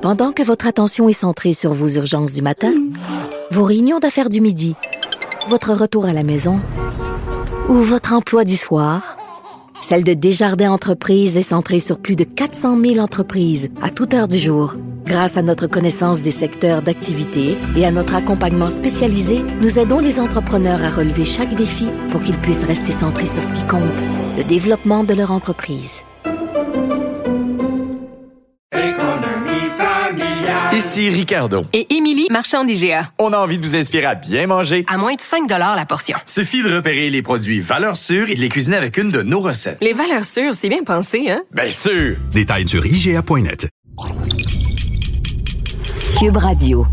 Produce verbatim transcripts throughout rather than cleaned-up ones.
Pendant que votre attention est centrée sur vos urgences du matin, vos réunions d'affaires du midi, votre retour à la maison ou votre emploi du soir, celle de Desjardins Entreprises est centrée sur plus de quatre cent mille entreprises à toute heure du jour. Grâce à notre connaissance des secteurs d'activité et à notre accompagnement spécialisé, nous aidons les entrepreneurs à relever chaque défi pour qu'ils puissent rester centrés sur ce qui compte, le développement de leur entreprise. Ici Ricardo. Et Émilie, marchand d'I G A. On a envie de vous inspirer à bien manger. À moins de cinq dollars la portion. Suffit de repérer les produits valeurs sûres et de les cuisiner avec une de nos recettes. Les valeurs sûres, c'est bien pensé, hein? Bien sûr! Détails sur I G A point net. Cube Radio.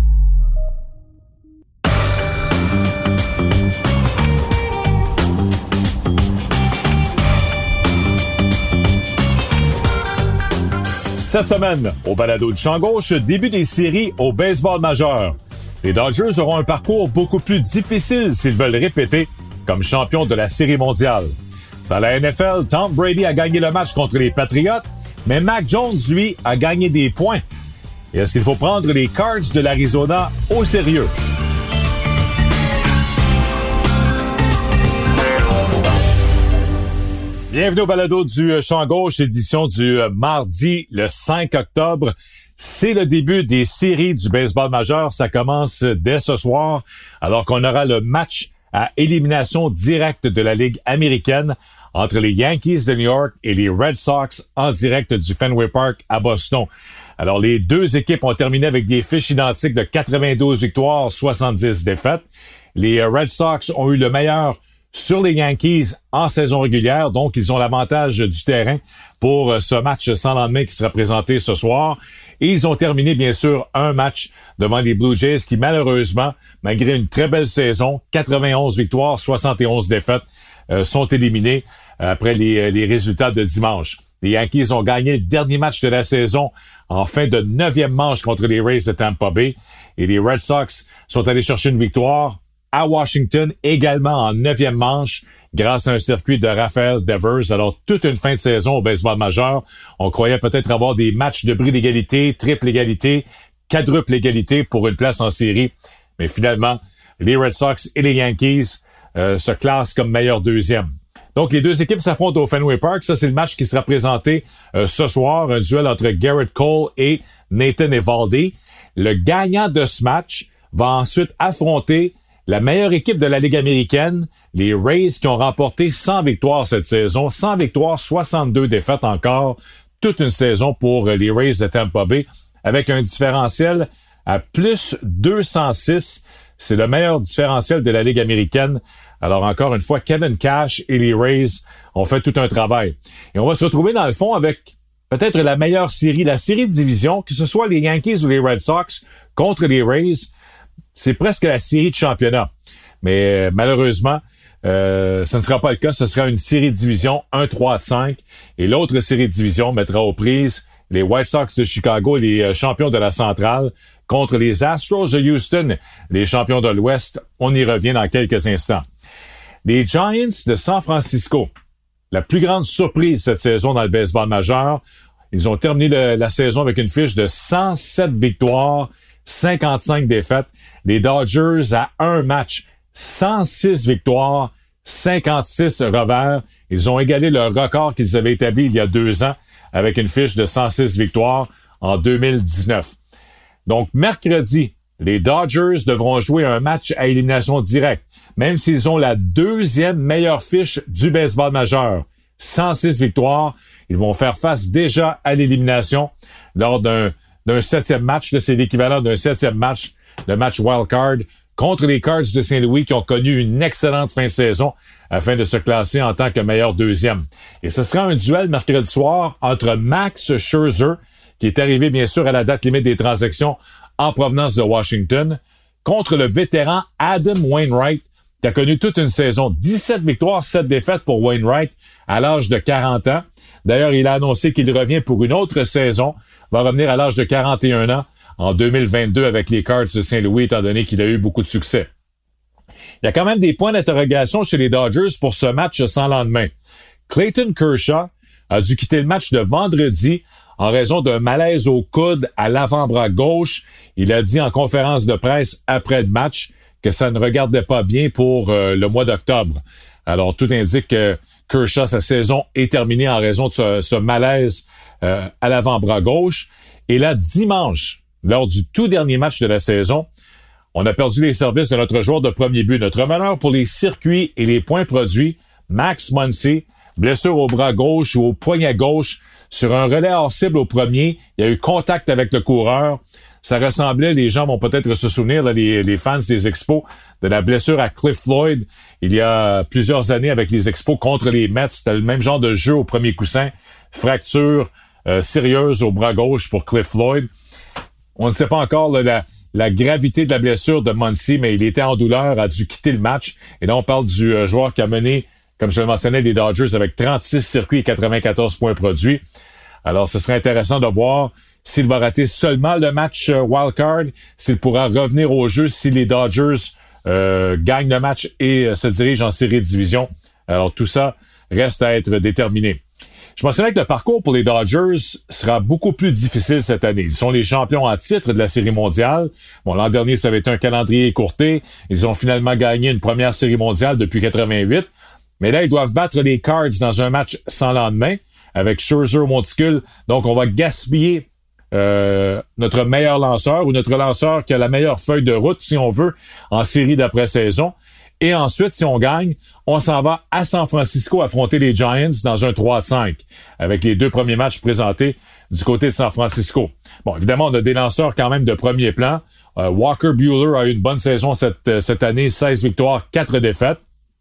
Cette semaine, au balado du champ gauche, début des séries au baseball majeur. Les Dodgers auront un parcours beaucoup plus difficile s'ils veulent répéter comme champions de la Série mondiale. Dans la N F L, Tom Brady a gagné le match contre les Patriots, mais Mac Jones, lui, a gagné des points. Et est-ce qu'il faut prendre les Cards de l'Arizona au sérieux? Bienvenue au balado du champ gauche, édition du mardi, le cinq octobre. C'est le début des séries du baseball majeur. Ça commence dès ce soir, alors qu'on aura le match à élimination directe de la Ligue américaine entre les Yankees de New York et les Red Sox en direct du Fenway Park à Boston. Alors, les deux équipes ont terminé avec des fiches identiques de quatre-vingt-douze victoires, soixante-dix défaites. Les Red Sox ont eu le meilleur sur les Yankees en saison régulière, donc ils ont l'avantage du terrain pour ce match sans lendemain qui sera présenté ce soir. Et ils ont terminé, bien sûr, un match devant les Blue Jays qui, malheureusement, malgré une très belle saison, quatre-vingt-onze victoires, soixante et onze défaites, euh, sont éliminés après les, les résultats de dimanche. Les Yankees ont gagné le dernier match de la saison en fin de neuvième manche contre les Rays de Tampa Bay. Et les Red Sox sont allés chercher une victoire à Washington, également en neuvième manche, grâce à un circuit de Rafael Devers. Alors, toute une fin de saison au baseball majeur. On croyait peut-être avoir des matchs de bris d'égalité, triple égalité, quadruple égalité pour une place en série. Mais finalement, les Red Sox et les Yankees euh, se classent comme meilleurs deuxième. Donc, les deux équipes s'affrontent au Fenway Park. Ça, c'est le match qui sera présenté euh, ce soir. Un duel entre Garrett Cole et Nathan Eovaldi. Le gagnant de ce match va ensuite affronter la meilleure équipe de la Ligue américaine, les Rays, qui ont remporté cent victoires cette saison. cent victoires, soixante-deux défaites encore. Toute une saison pour les Rays de Tampa Bay, avec un différentiel à plus deux cent six. C'est le meilleur différentiel de la Ligue américaine. Alors encore une fois, Kevin Cash et les Rays ont fait tout un travail. Et on va se retrouver dans le fond avec peut-être la meilleure série, la série de division, que ce soit les Yankees ou les Red Sox contre les Rays. C'est presque la série de championnat. Mais euh, malheureusement, euh, ce ne sera pas le cas. Ce sera une série de division un trois cinq. Et l'autre série de division mettra aux prises les White Sox de Chicago, les euh, champions de la centrale, contre les Astros de Houston, les champions de l'Ouest. On y revient dans quelques instants. Les Giants de San Francisco, la plus grande surprise cette saison dans le baseball majeur. Ils ont terminé le, la saison avec une fiche de cent sept victoires, cinquante-cinq défaites. Les Dodgers à un match, cent six victoires, cinquante-six revers. Ils ont égalé le record qu'ils avaient établi il y a deux ans avec une fiche de cent six victoires en deux mille dix-neuf. Donc, mercredi, les Dodgers devront jouer un match à élimination directe, même s'ils ont la deuxième meilleure fiche du baseball majeur. cent six victoires. Ils vont faire face déjà à l'élimination lors d'un d'un septième match. Là, c'est l'équivalent d'un septième match, le match wildcard, contre les Cards de Saint-Louis qui ont connu une excellente fin de saison afin de se classer en tant que meilleur deuxième. Et ce sera un duel mercredi soir entre Max Scherzer, qui est arrivé bien sûr à la date limite des transactions en provenance de Washington, contre le vétéran Adam Wainwright, qui a connu toute une saison. dix-sept victoires, sept défaites pour Wainwright à l'âge de quarante ans. D'ailleurs, il a annoncé qu'il revient pour une autre saison, va revenir à l'âge de quarante et un ans en deux mille vingt-deux avec les Cards de Saint-Louis, étant donné qu'il a eu beaucoup de succès. Il y a quand même des points d'interrogation chez les Dodgers pour ce match sans lendemain. Clayton Kershaw a dû quitter le match de vendredi en raison d'un malaise au coude à l'avant-bras gauche. Il a dit en conférence de presse après le match que ça ne regardait pas bien pour euh, le mois d'octobre. Alors, tout indique que Kershaw, sa saison est terminée en raison de ce, ce malaise euh, à l'avant-bras gauche. Et là, dimanche, lors du tout dernier match de la saison, on a perdu les services de notre joueur de premier but. Notre meneur pour les circuits et les points produits, Max Muncy, blessure au bras gauche ou au poignet gauche, sur un relais hors cible au premier, il y a eu contact avec le coureur. Ça ressemblait, les gens vont peut-être se souvenir, là, les, les fans des Expos, de la blessure à Cliff Floyd il y a plusieurs années avec les Expos contre les Mets. C'était le même genre de jeu au premier coussin. Fracture euh, sérieuse au bras gauche pour Cliff Floyd. On ne sait pas encore là, la, la gravité de la blessure de Muncy, mais il était en douleur, a dû quitter le match. Et là, on parle du euh, joueur qui a mené, comme je le mentionnais, les Dodgers avec trente-six circuits et quatre-vingt-quatorze points produits. Alors, ce serait intéressant de voir s'il va rater seulement le match euh, wildcard, s'il pourra revenir au jeu si les Dodgers euh, gagnent le match et euh, se dirigent en série de division. Alors, tout ça reste à être déterminé. Je mentionnais que le parcours pour les Dodgers sera beaucoup plus difficile cette année. Ils sont les champions en titre de la Série mondiale. Bon, l'an dernier, ça avait été un calendrier écourté. Ils ont finalement gagné une première Série mondiale depuis quatre-vingt-huit. Mais là, ils doivent battre les Cards dans un match sans lendemain avec Scherzer au monticule. Donc, on va gaspiller euh, notre meilleur lanceur ou notre lanceur qui a la meilleure feuille de route, si on veut, en série d'après-saison. Et ensuite, si on gagne, on s'en va à San Francisco affronter les Giants dans un trois à cinq, avec les deux premiers matchs présentés du côté de San Francisco. Bon, évidemment, on a des lanceurs quand même de premier plan. Euh, Walker Buehler a eu une bonne saison cette, cette année, seize victoires, quatre défaites.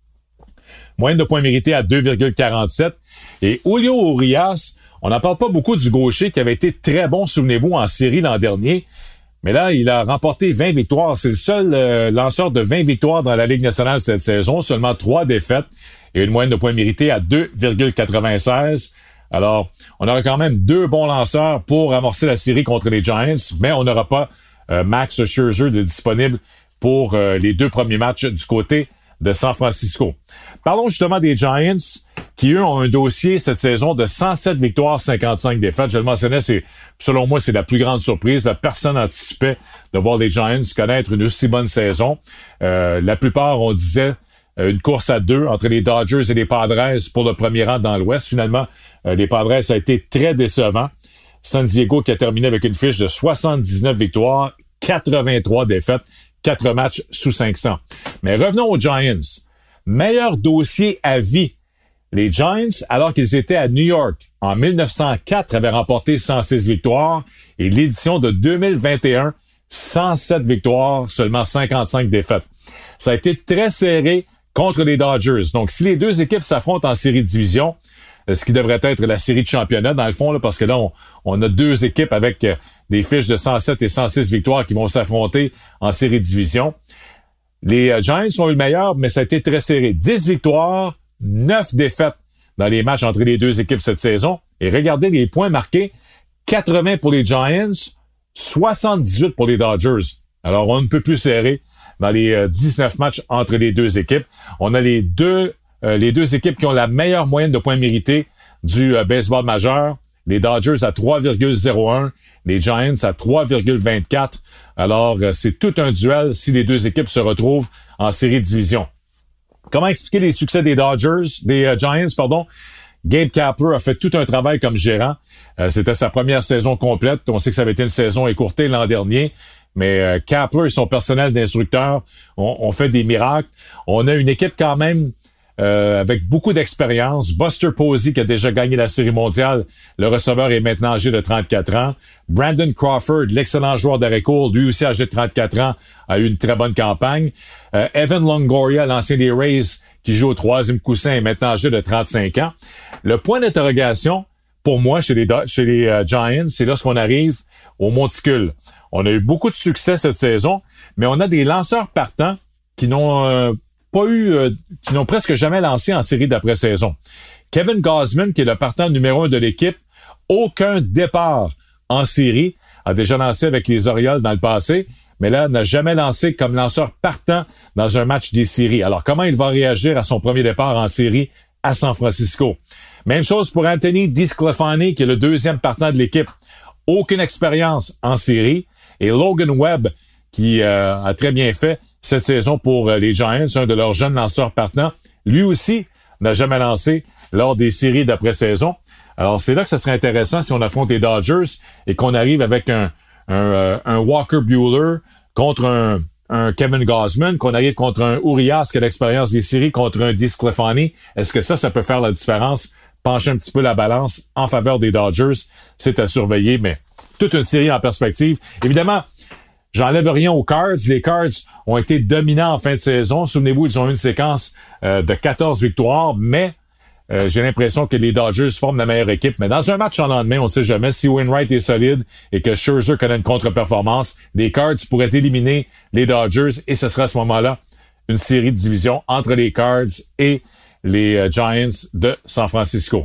Moyenne de points mérités à deux virgule quarante-sept. Et Julio Urias, on n'en parle pas beaucoup du gaucher qui avait été très bon, souvenez-vous, en série l'an dernier. Mais là, il a remporté vingt victoires. C'est le seul euh, lanceur de vingt victoires dans la Ligue nationale cette saison. Seulement trois défaites et une moyenne de points mérités à deux virgule quatre-vingt-seize. Alors, on aura quand même deux bons lanceurs pour amorcer la série contre les Giants, mais on n'aura pas euh, Max Scherzer de disponible pour euh, les deux premiers matchs du côté de San Francisco. Parlons justement des Giants, qui eux ont un dossier cette saison de cent sept victoires, cinquante-cinq défaites. Je le mentionnais, c'est selon moi, c'est la plus grande surprise. La personne n'anticipait de voir les Giants connaître une aussi bonne saison. Euh, la plupart, on disait, une course à deux entre les Dodgers et les Padres pour le premier rang dans l'Ouest. Finalement, euh, les Padres, ça a été très décevant. San Diego qui a terminé avec une fiche de soixante-dix-neuf victoires, quatre-vingt-trois défaites, quatre matchs sous cinq cents. Mais revenons aux Giants. Meilleur dossier à vie. Les Giants, alors qu'ils étaient à New York en mille neuf cent quatre, avaient remporté cent six victoires et l'édition de deux mille vingt et un, cent sept victoires, seulement cinquante-cinq défaites. Ça a été très serré contre les Dodgers. Donc, si les deux équipes s'affrontent en série de division, ce qui devrait être la série de championnat, dans le fond, là, parce que là, on, on a deux équipes avec euh, des fiches de cent sept et cent six victoires qui vont s'affronter en série de division. Les euh, Giants ont eu le meilleur, mais ça a été très serré. dix victoires, neuf défaites dans les matchs entre les deux équipes cette saison. Et regardez les points marqués. quatre-vingts pour les Giants, soixante-dix-huit pour les Dodgers. Alors, on ne peut plus serrer dans les euh, dix-neuf matchs entre les deux équipes. On a les deux euh, les deux équipes qui ont la meilleure moyenne de points mérités du euh, baseball majeur. Les Dodgers à trois virgule zéro un, les Giants à trois virgule vingt-quatre. Alors, euh, c'est tout un duel si les deux équipes se retrouvent en série de division. Comment expliquer les succès des Dodgers, des euh, Giants, pardon? Gabe Kapler a fait tout un travail comme gérant. Euh, c'était sa première saison complète. On sait que ça avait été une saison écourtée l'an dernier. Mais euh, Kapler et son personnel d'instructeurs ont, ont fait des miracles. On a une équipe quand même euh, avec beaucoup d'expérience. Buster Posey qui a déjà gagné la Série mondiale. Le receveur est maintenant âgé de trente-quatre ans. Brandon Crawford, l'excellent joueur d'Arecool, lui aussi âgé de trente-quatre ans, a eu une très bonne campagne. Euh, Evan Longoria, l'ancien des Rays, qui joue au troisième coussin, est maintenant âgé de trente-cinq ans. Le point d'interrogation, pour moi, chez les, chez les uh, Giants, c'est lorsqu'on arrive au monticule. On a eu beaucoup de succès cette saison, mais on a des lanceurs partants qui n'ont euh, pas eu, euh, qui n'ont presque jamais lancé en série d'après-saison. Kevin Gausman, qui est le partant numéro un de l'équipe, aucun départ en série, a déjà lancé avec les Orioles dans le passé, mais là, n'a jamais lancé comme lanceur partant dans un match des séries. Alors, comment il va réagir à son premier départ en série à San Francisco. Même chose pour Anthony DeSclafani, qui est le deuxième partenaire de l'équipe. Aucune expérience en série. Et Logan Webb, qui euh, a très bien fait cette saison pour euh, les Giants, un de leurs jeunes lanceurs partants. Lui aussi n'a jamais lancé lors des séries d'après-saison. Alors, c'est là que ce serait intéressant si on affronte les Dodgers et qu'on arrive avec un, un, euh, un Walker Buehler contre un, un Kevin Gausman, qu'on arrive contre un Urias qui a l'expérience des séries contre un DeSclafani. Est-ce que ça, ça peut faire la différence? Pencher un petit peu la balance en faveur des Dodgers, c'est à surveiller, mais toute une série en perspective. Évidemment, j'enlève rien aux Cards. Les Cards ont été dominants en fin de saison. Souvenez-vous, ils ont eu une séquence euh, de quatorze victoires, mais euh, j'ai l'impression que les Dodgers forment la meilleure équipe. Mais dans un match en lendemain, on ne sait jamais si Wainwright est solide et que Scherzer connaît une contre-performance. Les Cards pourraient éliminer les Dodgers et ce sera à ce moment-là une série de division entre les Cards et les euh, Giants de San Francisco.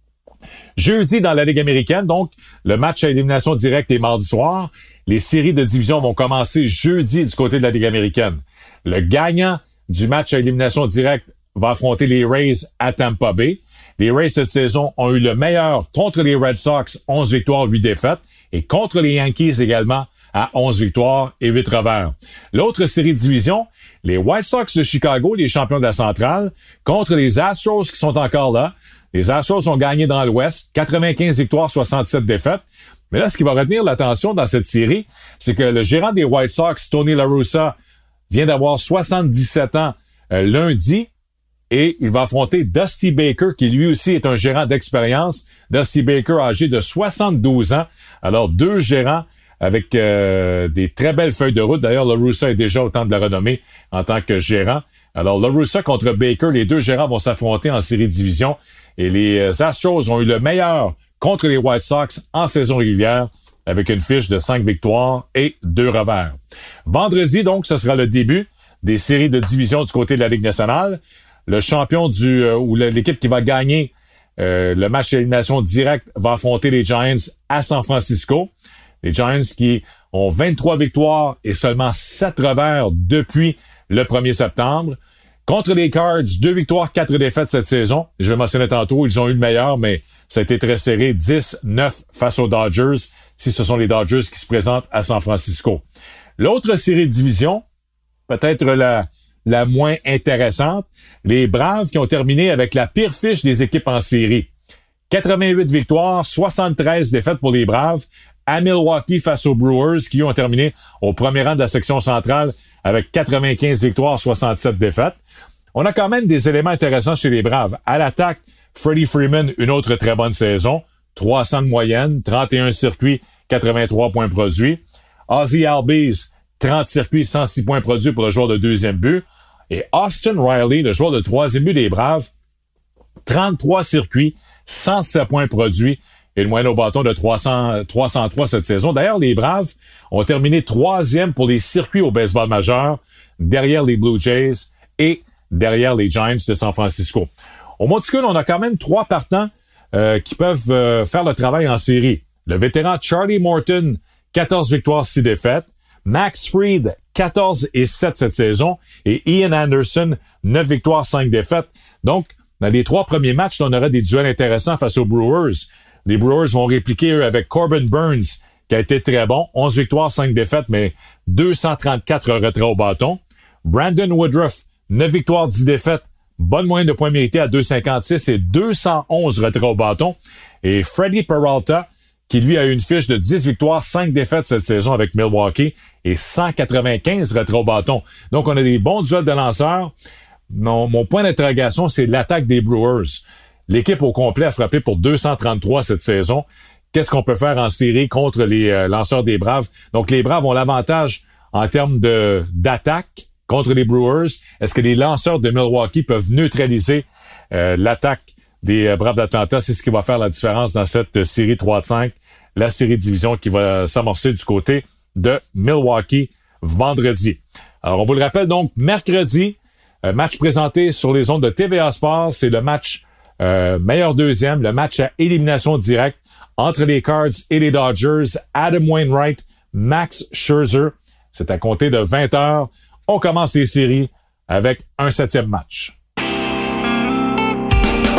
Jeudi, dans la Ligue américaine, donc, le match à élimination directe est mardi soir. Les séries de division vont commencer jeudi du côté de la Ligue américaine. Le gagnant du match à élimination directe va affronter les Rays à Tampa Bay. Les Rays cette saison ont eu le meilleur contre les Red Sox, onze victoires, huit défaites, et contre les Yankees également à onze victoires et huit revers. L'autre série de division, les White Sox de Chicago, les champions de la centrale, contre les Astros qui sont encore là. Les Astros ont gagné dans l'Ouest, quatre-vingt-quinze victoires, soixante-sept défaites. Mais là, ce qui va retenir l'attention dans cette série, c'est que le gérant des White Sox, Tony La Russa, vient d'avoir soixante-dix-sept ans euh, lundi et il va affronter Dusty Baker, qui lui aussi est un gérant d'expérience. Dusty Baker, âgé de soixante-douze ans. Alors, deux gérants avec euh, des très belles feuilles de route. D'ailleurs, La Russa est déjà au temps de la renommée en tant que gérant. Alors, La Russa contre Baker, les deux gérants vont s'affronter en série de division. Et les Astros ont eu le meilleur contre les White Sox en saison régulière avec une fiche de cinq victoires et deux revers. Vendredi, donc, ce sera le début des séries de division du côté de la Ligue nationale. Le champion du euh, ou l'équipe qui va gagner euh, le match d'élimination directe va affronter les Giants à San Francisco. Les Giants qui ont vingt-trois victoires et seulement sept revers depuis le premier septembre. Contre les Cards, deux victoires, quatre défaites cette saison. Je le mentionnais tantôt, ils ont eu le meilleur, mais ça a été très serré. dix neuf face aux Dodgers, si ce sont les Dodgers qui se présentent à San Francisco. L'autre série de division, peut-être la, la moins intéressante, les Braves qui ont terminé avec la pire fiche des équipes en série. quatre-vingt-huit victoires, soixante-treize défaites pour les Braves à Milwaukee face aux Brewers qui ont terminé au premier rang de la section centrale avec quatre-vingt-quinze victoires, soixante-sept défaites. On a quand même des éléments intéressants chez les Braves. À l'attaque, Freddie Freeman, une autre très bonne saison. trois cents de moyenne, trente et un circuits, quatre-vingt-trois points produits. Ozzie Albies, trente circuits, cent six points produits pour le joueur de deuxième but. Et Austin Riley, le joueur de troisième but des Braves, trente-trois circuits, cent sept points produits et le moyen au bâton de trois cents, trois cent trois cette saison. D'ailleurs, les Braves ont terminé troisième pour les circuits au baseball majeur, derrière les Blue Jays et derrière les Giants de San Francisco. Au monticule, on a quand même trois partants euh, qui peuvent euh, faire le travail en série. Le vétéran Charlie Morton, quatorze victoires, six défaites. Max Fried, quatorze et sept cette saison. Et Ian Anderson, neuf victoires, cinq défaites. Donc, dans les trois premiers matchs, on aura des duels intéressants face aux Brewers. Les Brewers vont répliquer, eux, avec Corbin Burns, qui a été très bon. onze victoires, cinq défaites, mais deux cent trente-quatre retraits au bâton. Brandon Woodruff, neuf victoires, dix défaites. Bonne moyenne de points mérités à deux virgule cinquante-six et deux cent onze retraits au bâton. Et Freddie Peralta, qui lui a eu une fiche de dix victoires, cinq défaites cette saison avec Milwaukee et cent quatre-vingt-quinze retraits au bâton. Donc, on a des bons duels de lanceurs. Mon, mon point d'interrogation, c'est l'attaque des Brewers. L'équipe au complet a frappé pour deux cent trente-trois cette saison. Qu'est-ce qu'on peut faire en série contre les euh, lanceurs des Braves? Donc, les Braves ont l'avantage en termes de d'attaque contre les Brewers. Est-ce que les lanceurs de Milwaukee peuvent neutraliser euh, l'attaque des euh, Braves d'Atlanta? C'est ce qui va faire la différence dans cette euh, série trois de cinq, la série de division qui va s'amorcer du côté de Milwaukee vendredi. Alors, on vous le rappelle donc, mercredi, euh, match présenté sur les ondes de T V A Sports, c'est le match Euh, meilleur deuxième, le match à élimination directe entre les Cards et les Dodgers. Adam Wainwright, Max Scherzer. C'est à compter de vingt heures. On commence les séries avec un septième match.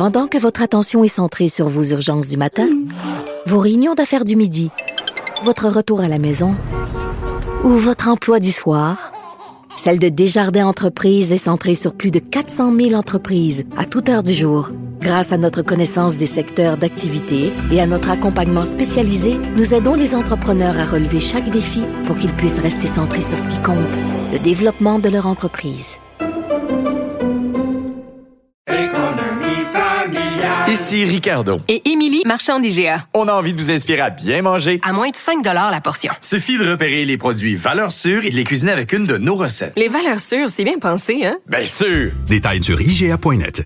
Pendant que votre attention est centrée sur vos urgences du matin, vos réunions d'affaires du midi, votre retour à la maison ou votre emploi du soir, celle de Desjardins Entreprises est centrée sur plus de quatre cent mille entreprises à toute heure du jour. Grâce à notre connaissance des secteurs d'activité et à notre accompagnement spécialisé, nous aidons les entrepreneurs à relever chaque défi pour qu'ils puissent rester centrés sur ce qui compte, le développement de leur entreprise. Ici Ricardo. Et Émilie, marchand d'I G A. On a envie de vous inspirer à bien manger. À moins de cinq dollars la portion. Suffit de repérer les produits valeurs sûres et de les cuisiner avec une de nos recettes. Les valeurs sûres, c'est bien pensé, hein? Bien sûr! Détails sur I G A point net.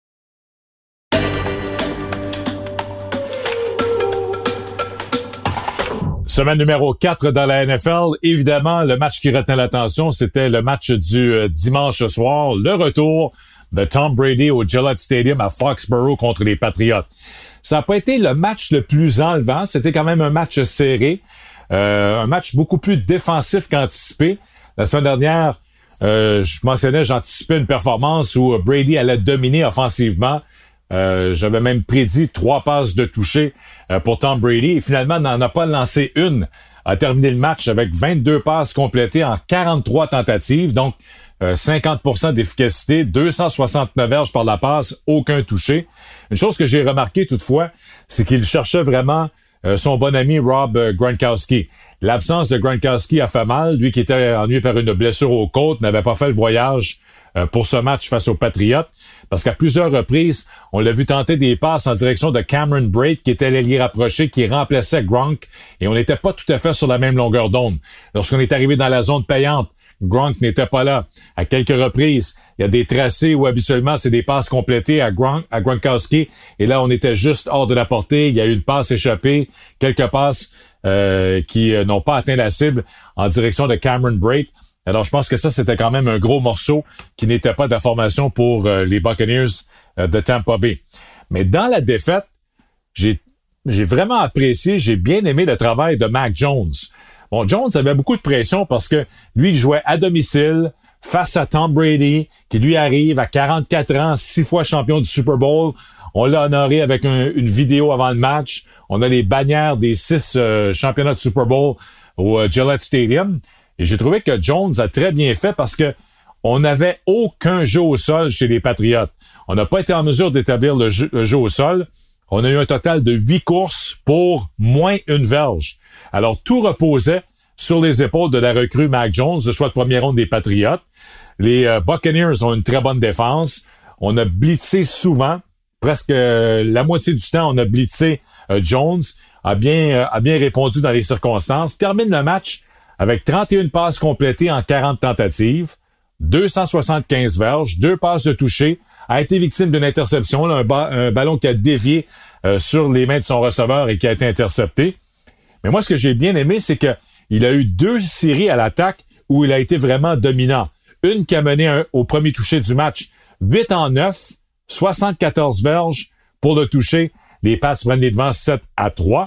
Semaine numéro quatre dans la N F L. Évidemment, le match qui retenait l'attention, c'était le match du euh, dimanche soir, le retour de Tom Brady au Gillette Stadium à Foxborough contre les Patriots. Ça n'a pas été le match le plus enlevant, c'était quand même un match serré, euh, un match beaucoup plus défensif qu'anticipé. La semaine dernière, euh, je mentionnais, j'anticipais une performance où Brady allait dominer offensivement. Euh, j'avais même prédit trois passes de toucher euh, pour Tom Brady et finalement n'en a pas lancé une. A terminé le match avec vingt-deux passes complétées en quarante-trois tentatives, donc euh, cinquante pour cent d'efficacité, deux cent soixante-neuf verges par la passe, aucun touché. Une chose que j'ai remarqué toutefois, c'est qu'il cherchait vraiment euh, son bon ami Rob euh, Gronkowski. L'absence de Gronkowski a fait mal, lui qui était ennuyé par une blessure aux côtes, n'avait pas fait le voyage euh, pour ce match face aux Patriots, parce qu'à plusieurs reprises, on l'a vu tenter des passes en direction de Cameron Brate, qui était l'ailier rapproché, qui remplaçait Gronk, et on n'était pas tout à fait sur la même longueur d'onde. Lorsqu'on est arrivé dans la zone payante, Gronk n'était pas là. À quelques reprises, il y a des tracés où habituellement c'est des passes complétées à Gronk, à Gronkowski, et là on était juste hors de la portée. Il y a eu une passe échappée, quelques passes euh, qui euh, n'ont pas atteint la cible en direction de Cameron Brate. Alors, je pense que ça, c'était quand même un gros morceau qui n'était pas d'information pour euh, les Buccaneers euh, de Tampa Bay. Mais dans la défaite, j'ai j'ai vraiment apprécié, j'ai bien aimé le travail de Mac Jones. Bon, Jones avait beaucoup de pression parce que lui, il jouait à domicile face à Tom Brady, qui lui arrive à quarante-quatre ans, six fois champion du Super Bowl. On l'a honoré avec un, une vidéo avant le match. On a les bannières des six euh, championnats de Super Bowl au euh, Gillette Stadium. Et j'ai trouvé que Jones a très bien fait parce que on n'avait aucun jeu au sol chez les Patriots. On n'a pas été en mesure d'établir le jeu, le jeu au sol. On a eu un total de huit courses pour moins une verge. Alors, tout reposait sur les épaules de la recrue Mac Jones, le choix de première ronde des Patriots. Les euh, Buccaneers ont une très bonne défense. On a blitzé souvent. Presque euh, la moitié du temps, on a blitzé euh, Jones. A bien, euh, a bien répondu dans les circonstances. Termine le match avec trente et une passes complétées en quarante tentatives, deux cent soixante-quinze verges, deux passes de toucher, a été victime d'une interception, là, un, ba- un ballon qui a dévié euh, sur les mains de son receveur et qui a été intercepté. Mais moi, ce que j'ai bien aimé, c'est que il a eu deux séries à l'attaque où il a été vraiment dominant. Une qui a mené un, au premier toucher du match, huit en neuf, soixante-quatorze verges pour le toucher. Les Pats prennent les devants sept à trois.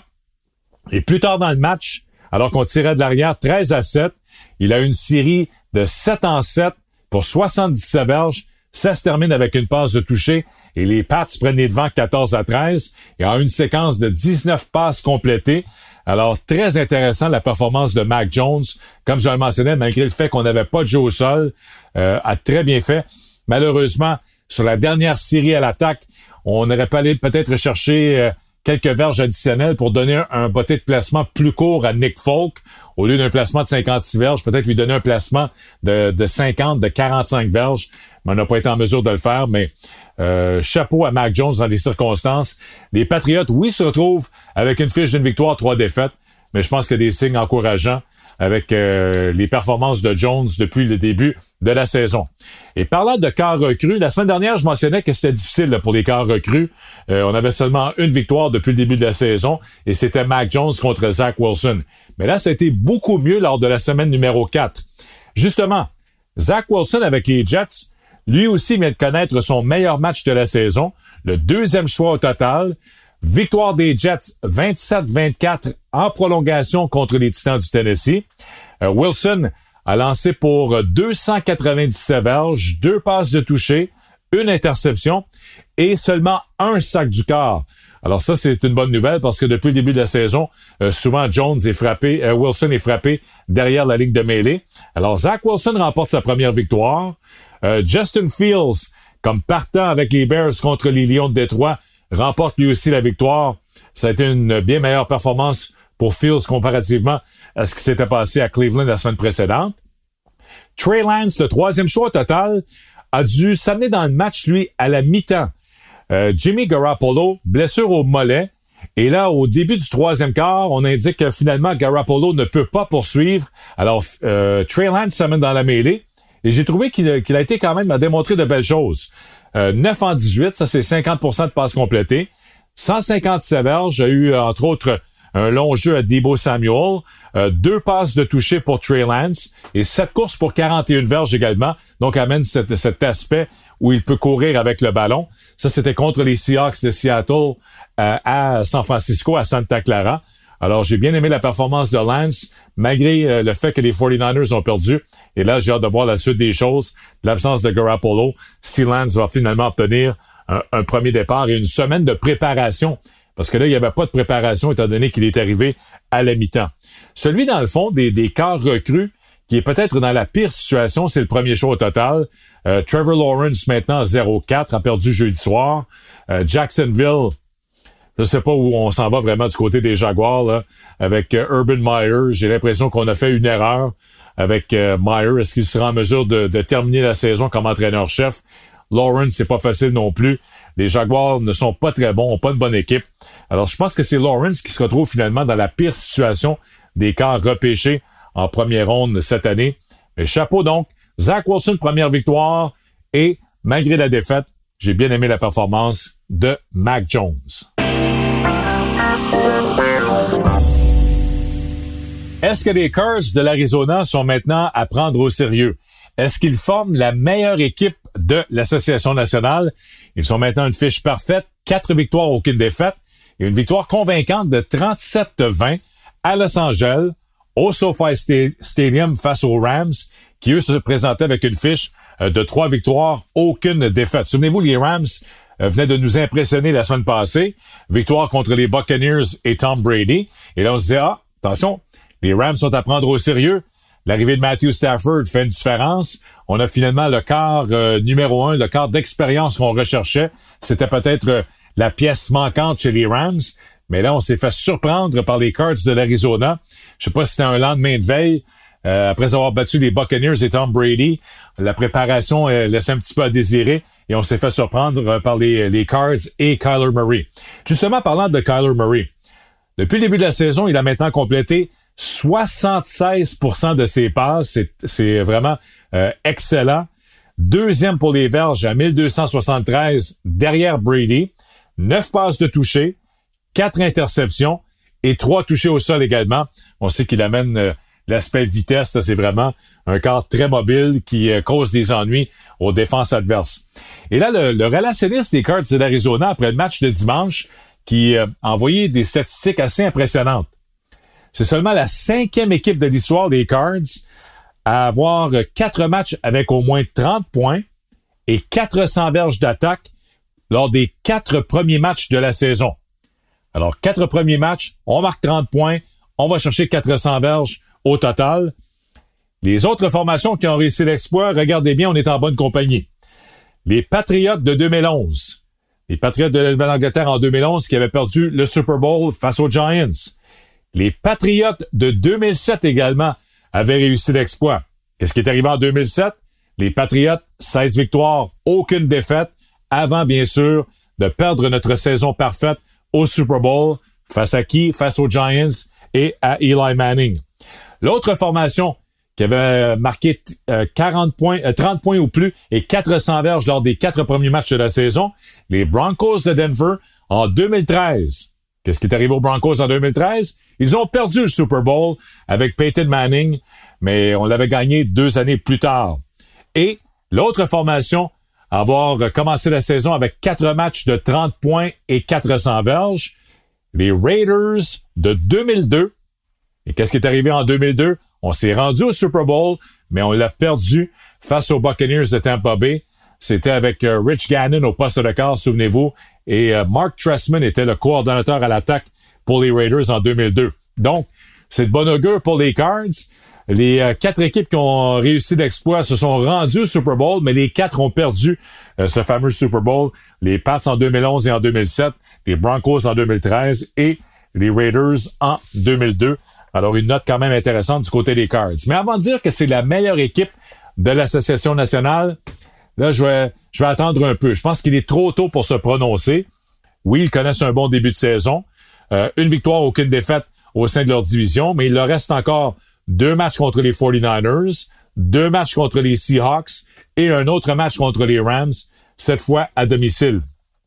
Et plus tard dans le match, alors qu'on tirait de l'arrière treize à sept, il a une série de sept en sept pour soixante-dix-sept verges. Ça se termine avec une passe de toucher et les Pats prennent les devants quatorze à treize et en une séquence de dix-neuf passes complétées. Alors, très intéressant la performance de Mac Jones. Comme je le mentionnais, malgré le fait qu'on n'avait pas de jeu au sol, euh, a très bien fait. Malheureusement, sur la dernière série à l'attaque, on aurait pas allé peut-être chercher euh, quelques verges additionnelles pour donner un, un botté de placement plus court à Nick Folk. Au lieu d'un placement de cinquante-six verges, peut-être lui donner un placement de, de cinquante, de quarante-cinq verges. Mais on n'a pas été en mesure de le faire. Mais euh, chapeau à Mac Jones dans les circonstances. Les Patriots, oui, se retrouvent avec une fiche d'une victoire, trois défaites. Mais je pense qu'il y a des signes encourageants avec euh, les performances de Jones depuis le début de la saison. Et parlant de quart recrues, la semaine dernière, je mentionnais que c'était difficile là, pour les quarts recrues. Euh, on avait seulement une victoire depuis le début de la saison et c'était Mac Jones contre Zach Wilson. Mais là, ça a été beaucoup mieux lors de la semaine numéro quatre. Justement, Zach Wilson avec les Jets, lui aussi vient de connaître son meilleur match de la saison, le deuxième choix au total. Victoire des Jets vingt-sept vingt-quatre en prolongation contre les Titans du Tennessee. Euh, Wilson a lancé pour deux cent quatre-vingt-dix-sept verges, deux passes de toucher, une interception et seulement un sac du quart. Alors ça, c'est une bonne nouvelle parce que depuis le début de la saison, euh, souvent Jones est frappé, euh, Wilson est frappé derrière la ligne de mêlée. Alors Zach Wilson remporte sa première victoire. Euh, Justin Fields, comme partant avec les Bears contre les Lions de Détroit, remporte lui aussi la victoire. Ça a été une bien meilleure performance pour Fields comparativement à ce qui s'était passé à Cleveland la semaine précédente. Trey Lance, le troisième choix au total, a dû s'amener dans le match, lui, à la mi-temps. Euh, Jimmy Garoppolo, blessure au mollet. Et là, au début du troisième quart, on indique que finalement, Garoppolo ne peut pas poursuivre. Alors, euh, Trey Lance s'amène dans la mêlée. Et j'ai trouvé qu'il, qu'il a été quand même à démontrer de belles choses. Euh, neuf en dix-huit, ça c'est cinquante pour cent de passes complétées. cent cinquante-sept verges, j'ai eu entre autres un long jeu à Deebo Samuel, euh, deux passes de toucher pour Trey Lance et sept courses pour quarante et une verges également. Donc amène cet, cet aspect où il peut courir avec le ballon. Ça c'était contre les Seahawks de Seattle euh, à San Francisco, à Santa Clara. Alors, j'ai bien aimé la performance de Lance, malgré euh, le fait que les forty-niners ont perdu. Et là, j'ai hâte de voir la suite des choses. L'absence de Garoppolo, si Lance va finalement obtenir un, un premier départ et une semaine de préparation. Parce que là, il n'y avait pas de préparation étant donné qu'il est arrivé à la mi-temps. Celui, dans le fond, des, des quarts recrues, qui est peut-être dans la pire situation, c'est le premier choix au total. Euh, Trevor Lawrence, maintenant, à zéro quatre, a perdu jeudi soir. Euh, Jacksonville... Je sais pas où on s'en va vraiment du côté des Jaguars, là, avec euh, Urban Meyer. J'ai l'impression qu'on a fait une erreur avec euh, Meyer. Est-ce qu'il sera en mesure de, de terminer la saison comme entraîneur-chef? Lawrence, c'est pas facile non plus. Les Jaguars ne sont pas très bons, ont pas une bonne équipe. Alors, je pense que c'est Lawrence qui se retrouve finalement dans la pire situation des quarts repêchés en première ronde cette année. Mais chapeau donc. Zach Wilson, première victoire. Et, malgré la défaite, j'ai bien aimé la performance de Mac Jones. Est-ce que les Cards de l'Arizona sont maintenant à prendre au sérieux? Est-ce qu'ils forment la meilleure équipe de l'Association nationale? Ils sont maintenant une fiche parfaite, quatre victoires, aucune défaite, et une victoire convaincante de trente-sept à vingt à Los Angeles, au SoFi Stadium face aux Rams, qui eux se présentaient avec une fiche de trois victoires, aucune défaite. Souvenez-vous, les Rams euh, venaient de nous impressionner la semaine passée. Victoire contre les Buccaneers et Tom Brady. Et là, on se disait, ah, attention, les Rams sont à prendre au sérieux. L'arrivée de Matthew Stafford fait une différence. On a finalement le quart euh, numéro un, le quart d'expérience qu'on recherchait. C'était peut-être euh, la pièce manquante chez les Rams. Mais là, on s'est fait surprendre par les Cards de l'Arizona. Je sais pas si c'était un lendemain de veille. Euh, après avoir battu les Buccaneers et Tom Brady, la préparation euh, laissait un petit peu à désirer et on s'est fait surprendre euh, par les, les Cards et Kyler Murray. Justement, parlant de Kyler Murray, depuis le début de la saison, il a maintenant complété soixante-seize pour cent de ses passes. C'est, c'est vraiment euh, excellent. Deuxième pour les verges à mille deux cent soixante-treize derrière Brady. Neuf passes de toucher, quatre interceptions et trois touchés au sol également. On sait qu'il amène euh, l'aspect vitesse. Ça, c'est vraiment un corps très mobile qui euh, cause des ennuis aux défenses adverses. Et là, le, le relationniste des Cards de l'Arizona, après le match de dimanche, qui euh, a envoyé des statistiques assez impressionnantes. C'est seulement la cinquième équipe de l'histoire des Cards à avoir quatre matchs avec au moins trente points et quatre cents verges d'attaque lors des quatre premiers matchs de la saison. Alors, quatre premiers matchs, on marque trente points, on va chercher quatre cents verges au total. Les autres formations qui ont réussi l'exploit, regardez bien, on est en bonne compagnie. Les Patriots de deux mille onze. Les Patriots de la Nouvelle-Angleterre en deux mille onze qui avaient perdu le Super Bowl face aux Giants. Les Patriots de deux mille sept également avaient réussi l'exploit. Qu'est-ce qui est arrivé en deux mille sept? Les Patriots, seize victoires, aucune défaite, avant bien sûr de perdre notre saison parfaite au Super Bowl. Face à qui? Face aux Giants et à Eli Manning. L'autre formation qui avait marqué euh, quarante points, euh, trente points ou plus et quatre cents verges lors des quatre premiers matchs de la saison, les Broncos de Denver en deux mille treize. Qu'est-ce qui est arrivé aux Broncos en deux mille treize? Ils ont perdu le Super Bowl avec Peyton Manning, mais on l'avait gagné deux années plus tard. Et l'autre formation à avoir commencé la saison avec quatre matchs de trente points et quatre cents verges, les Raiders de deux mille deux. Et qu'est-ce qui est arrivé en deux mille deux? On s'est rendu au Super Bowl, mais on l'a perdu face aux Buccaneers de Tampa Bay. c'était avec euh, Rich Gannon au poste de quart, souvenez-vous, et euh, Mark Trestman était le coordonnateur à l'attaque pour les Raiders en deux mille deux. Donc, c'est de bon augure pour les Cards. Les euh, quatre équipes qui ont réussi l'exploit se sont rendues au Super Bowl, mais les quatre ont perdu euh, ce fameux Super Bowl. Les Pats en deux mille onze et en deux mille sept, les Broncos en deux mille treize et les Raiders en deux mille deux. Alors, une note quand même intéressante du côté des Cards. Mais avant de dire que c'est la meilleure équipe de l'Association nationale, là, je vais, je vais attendre un peu. Je pense qu'il est trop tôt pour se prononcer. Oui, ils connaissent un bon début de saison. Euh, une victoire, aucune défaite au sein de leur division, mais il leur reste encore deux matchs contre les forty-niners, deux matchs contre les Seahawks et un autre match contre les Rams, cette fois à domicile.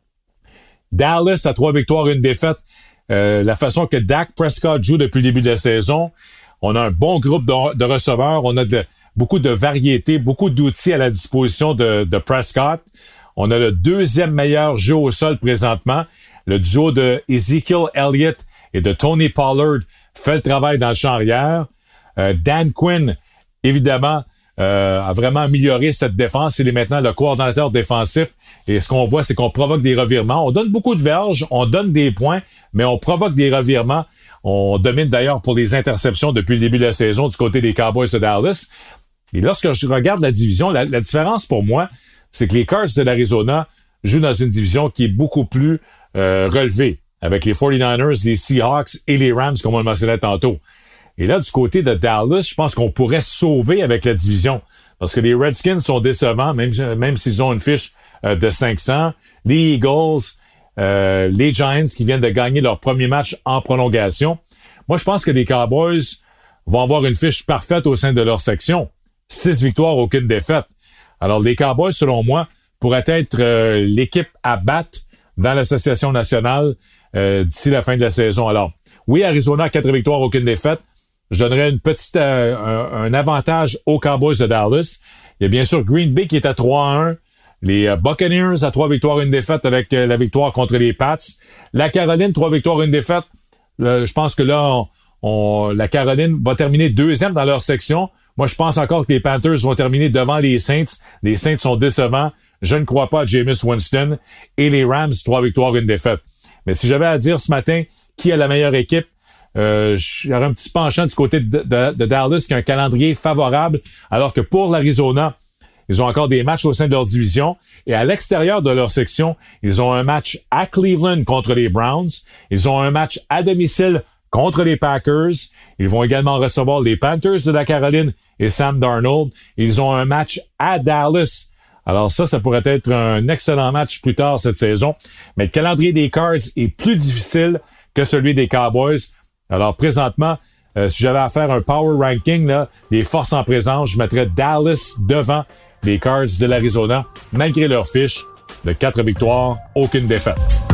Dallas a trois victoires et une défaite. Euh, la façon que Dak Prescott joue depuis le début de la saison, on a un bon groupe de, de receveurs, on a de, beaucoup de variétés, beaucoup d'outils à la disposition de, de Prescott. On a le deuxième meilleur jeu au sol présentement. Le duo de Ezekiel Elliott et de Tony Pollard fait le travail dans le champ arrière. Euh, Dan Quinn, évidemment, euh, a vraiment amélioré cette défense. Il est maintenant le coordonnateur défensif. Et ce qu'on voit, c'est qu'on provoque des revirements. On donne beaucoup de verges, on donne des points, mais on provoque des revirements. On domine d'ailleurs pour les interceptions depuis le début de la saison du côté des Cowboys de Dallas. Et lorsque je regarde la division, la, la différence pour moi, c'est que les Cards de l'Arizona jouent dans une division qui est beaucoup plus euh, relevée, avec les forty-niners, les Seahawks et les Rams, comme on le mentionnait tantôt. Et là, du côté de Dallas, je pense qu'on pourrait sauver avec la division. Parce que les Redskins sont décevants, même, même s'ils ont une fiche euh, de cinq cents. Les Eagles, euh, les Giants qui viennent de gagner leur premier match en prolongation. Moi, je pense que les Cowboys vont avoir une fiche parfaite au sein de leur section. Six victoires, aucune défaite. Alors, les Cowboys, selon moi, pourraient être euh, l'équipe à battre dans l'association nationale euh, d'ici la fin de la saison. Alors, oui, Arizona a quatre victoires, aucune défaite. Je donnerais une petite euh, un, un avantage aux Cowboys de Dallas. Il y a bien sûr Green Bay qui est à trois à un. Les euh, Buccaneers à trois victoires, une défaite avec euh, la victoire contre les Pats. La Caroline, trois victoires, une défaite. Euh, je pense que là, on, on, la Caroline va terminer deuxième dans leur section. Moi, je pense encore que les Panthers vont terminer devant les Saints. Les Saints sont décevants. Je ne crois pas à Jameis Winston. Et les Rams, trois victoires, une défaite. Mais si j'avais à dire ce matin qui a la meilleure équipe, Euh, j'aurais un petit penchant du côté de, de, de Dallas qui a un calendrier favorable, alors que pour l'Arizona, ils ont encore des matchs au sein de leur division. Et à l'extérieur de leur section, ils ont un match à Cleveland contre les Browns. Ils ont un match à domicile contre les Packers. Ils vont également recevoir les Panthers de la Caroline et Sam Darnold. Ils ont un match à Dallas. Alors ça, ça pourrait être un excellent match plus tard cette saison. Mais le calendrier des Cards est plus difficile que celui des Cowboys. Alors, présentement, euh, si j'avais à faire un power ranking, là, des forces en présence, je mettrais Dallas devant les Cards de l'Arizona, malgré leur fiche de quatre victoires, aucune défaite.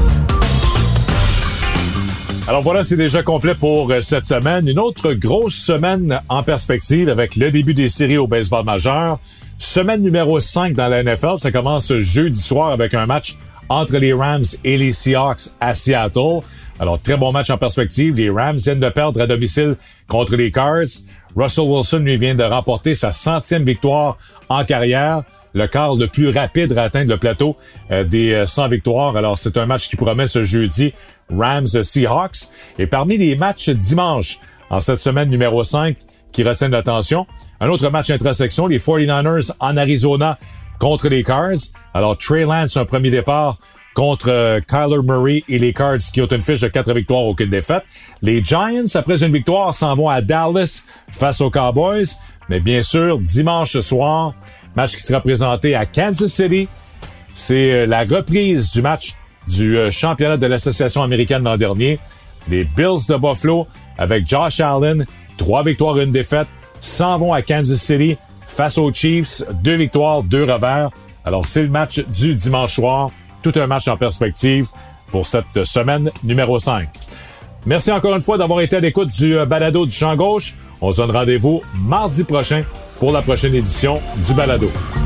Alors voilà, c'est déjà complet pour euh, cette semaine. Une autre grosse semaine en perspective avec le début des séries au baseball majeur. Semaine numéro cinq dans la N F L, ça commence jeudi soir avec un match entre les Rams et les Seahawks à Seattle. Alors, très bon match en perspective. Les Rams viennent de perdre à domicile contre les Cards. Russell Wilson, lui, vient de remporter sa centième victoire en carrière. Le quart le plus rapide à atteindre le plateau euh, des cent victoires. Alors, c'est un match qui promet ce jeudi. Rams-Seahawks. Et parmi les matchs dimanche, en cette semaine numéro cinq, qui retiennent l'attention, un autre match intrasection, les forty-niners en Arizona contre les Cards. Alors, Trey Lance, un premier départ contre euh, Kyler Murray et les Cards qui ont une fiche de quatre victoires, aucune défaite. Les Giants, après une victoire, s'en vont à Dallas face aux Cowboys. Mais bien sûr, dimanche soir, match qui sera présenté à Kansas City. C'est euh, la reprise du match du euh, championnat de l'Association américaine l'an dernier. Les Bills de Buffalo, avec Josh Allen, trois victoires, une défaite, s'en vont à Kansas City face aux Chiefs, deux victoires, deux revers. Alors, c'est le match du dimanche soir. Tout un match en perspective pour cette semaine numéro cinq. Merci encore une fois d'avoir été à l'écoute du balado du Champ Gauche. On se donne rendez-vous mardi prochain pour la prochaine édition du balado.